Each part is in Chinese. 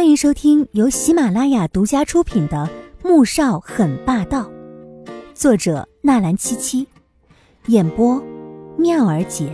欢迎收听由喜马拉雅独家出品的《穆少很霸道》，作者纳兰七七，演播妙儿姐。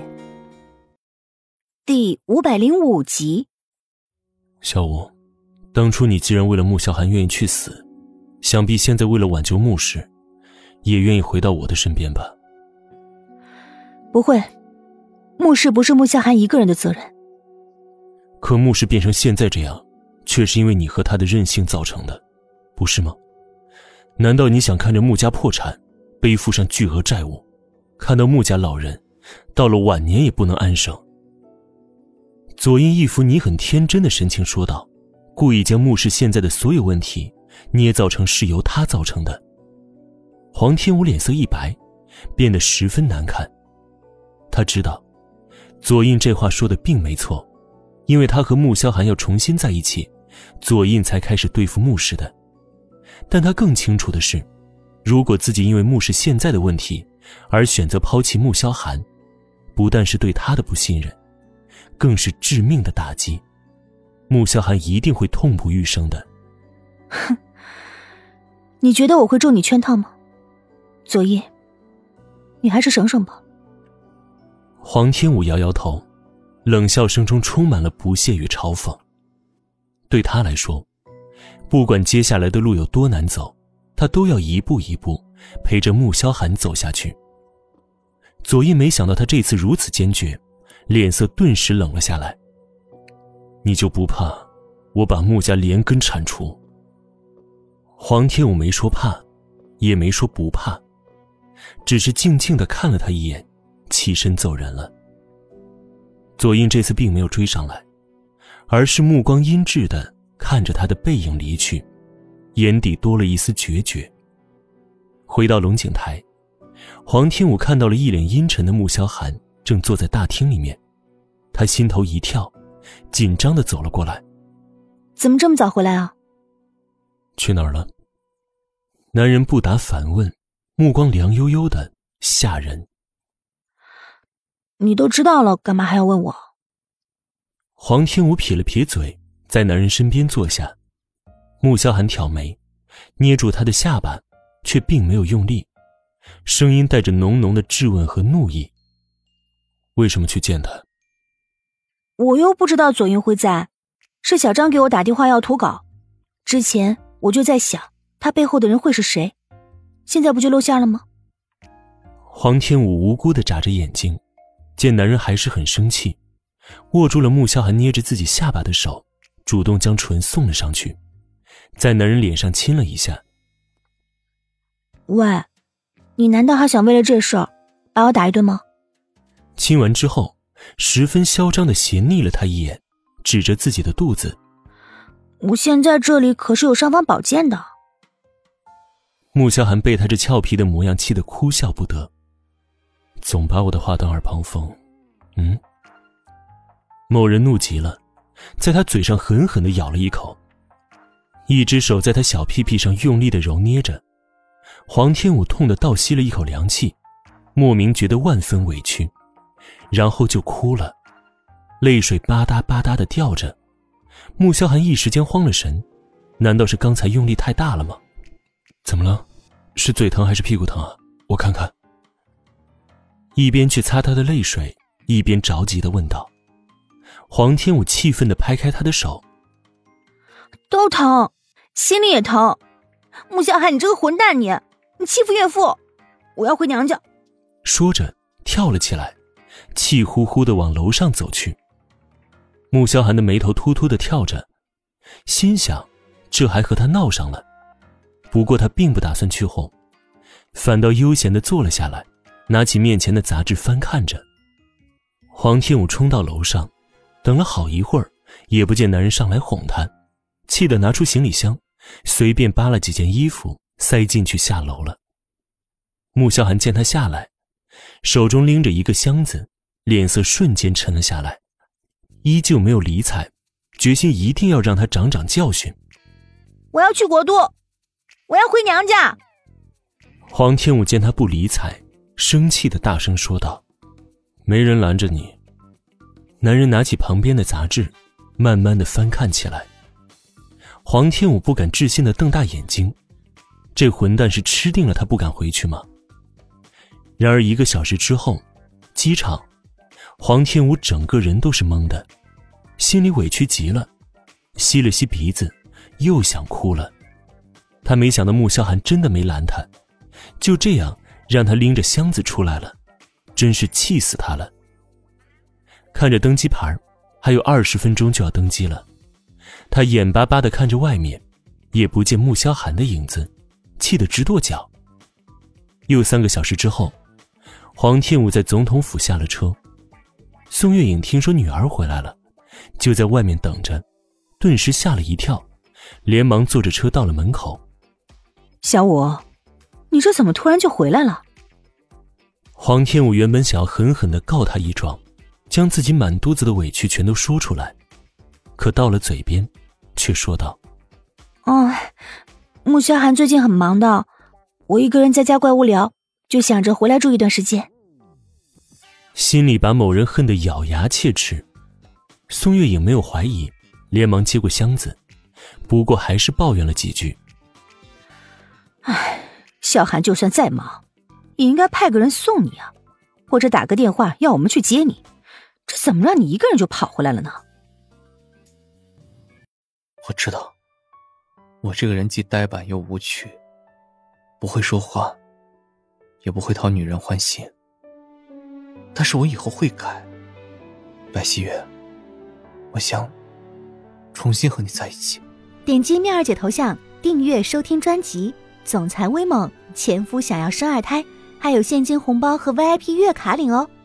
第505集。 小五，当初你既然为了穆萧寒愿意去死，想必现在为了挽救穆氏，也愿意回到我的身边吧？ 不会，穆氏不是穆萧寒一个人的责任。 可穆氏变成现在这样，却是因为你和他的任性造成的，不是吗？难道你想看着穆家破产，背负上巨额债务，看到穆家老人到了晚年也不能安生？左印一副你很天真的神情说道，故意将穆氏现在的所有问题捏造成是由他造成的。黄天武脸色一白，变得十分难看。他知道左印这话说的并没错，因为他和穆萧寒要重新在一起，左印才开始对付穆氏的。但他更清楚的是，如果自己因为穆氏现在的问题而选择抛弃穆萧寒，不但是对他的不信任，更是致命的打击。穆萧寒一定会痛不欲生的。 哼，你觉得我会中你圈套吗？左印，你还是省省吧。 黄天武摇摇头，冷笑声中充满了不屑与嘲讽。对他来说，不管接下来的路有多难走，他都要一步一步陪着穆萧寒走下去。左印没想到他这次如此坚决，脸色顿时冷了下来。你就不怕我把穆家连根铲除？黄天武没说怕，也没说不怕，只是静静地看了他一眼，起身走人了。左印这次并没有追上来，而是目光阴鸷地看着他的背影离去，眼底多了一丝决绝。回到龙井台，黄天武看到了一脸阴沉的穆萧寒正坐在大厅里面，他心头一跳，紧张地走了过来。 怎么这么早回来啊？ 去哪儿了？男人不答反问，目光凉悠悠的，吓人。 你都知道了，干嘛还要问我？ 黄天武撇了撇嘴，在男人身边坐下。穆萧寒挑眉，捏住他的下巴，却并没有用力，声音带着浓浓的质问和怒意。为什么去见他？ 我又不知道左印会在，是小张给我打电话要图稿，之前我就在想他背后的人会是谁，现在不就露馅了吗？ 黄天武无辜地眨着眼睛，见男人还是很生气，握住了穆萧寒捏着自己下巴的手，主动将唇送了上去，在男人脸上亲了一下。 喂，你难道还想为了这事儿把我打一顿吗？ 亲完之后，十分嚣张地斜睨了他一眼，指着自己的肚子。 我现在这里可是有尚方宝剑的。 穆萧寒被他这俏皮的模样气得哭笑不得，总把我的话当耳旁风。某人怒极了，在他嘴上狠狠地咬了一口，一只手在他小屁屁上用力地揉捏着。黄天武痛得倒吸了一口凉气，莫名觉得万分委屈，然后就哭了，泪水吧嗒吧嗒地掉着。穆萧寒一时间慌了神，难道是刚才用力太大了吗？怎么了？是嘴疼还是屁股疼啊？我看看。一边去擦他的泪水，一边着急地问道。黄天武气愤地拍开他的手。 都疼，心里也疼。穆萧寒，你这个混蛋，你欺负岳父，我要回娘家。 说着跳了起来，气呼呼地往楼上走去。穆萧寒的眉头突突地跳着，心想这还和他闹上了。不过他并不打算去哄，反倒悠闲地坐了下来，拿起面前的杂志翻看着。黄天武冲到楼上，等了好一会儿，也不见男人上来哄他，气得拿出行李箱，随便扒了几件衣服塞进去下楼了。穆萧寒见他下来，手中拎着一个箱子，脸色瞬间沉了下来，依旧没有理睬，决心一定要让他长长教训。 我要去国都，我要回娘家。 黄天武见他不理睬，生气地大声说道。没人拦着你。男人拿起旁边的杂志，慢慢地翻看起来。 黄天武不敢置信地瞪大眼睛，这混蛋是吃定了他不敢回去吗？然而1个小时之后，机场，黄天武整个人都是懵的，心里委屈极了，吸了吸鼻子，又想哭了。他没想到穆萧寒真的没拦他，就这样让他拎着箱子出来了，真是气死他了。看着登机牌，还有20分钟就要登机了，他眼巴巴地看着外面，也不见穆萧寒的影子，气得直跺脚。又3个小时之后，黄天武在总统府下了车。宋月影听说女儿回来了，就在外面等着，顿时吓了一跳，连忙坐着车到了门口。 小武，你这怎么突然就回来了？ 黄天武原本想要狠狠地告他一状，将自己满肚子的委屈全都说出来，可到了嘴边却说道： 穆萧寒最近很忙的，我一个人在家怪无聊，就想着回来住一段时间。 心里把某人恨得咬牙切齿。宋月影没有怀疑，连忙接过箱子，不过还是抱怨了几句。 萧寒就算再忙，也应该派个人送你啊，或者打个电话要我们去接你，这怎么让你一个人就跑回来了呢？ 我知道，我这个人既呆板又无趣，不会说话，也不会讨女人欢心，但是我以后会改。白希月，我想重新和你在一起。 点击妙儿姐头像订阅收听专辑，总裁威猛，前夫想要生2胎，还有现金红包和 VIP 月卡领哦。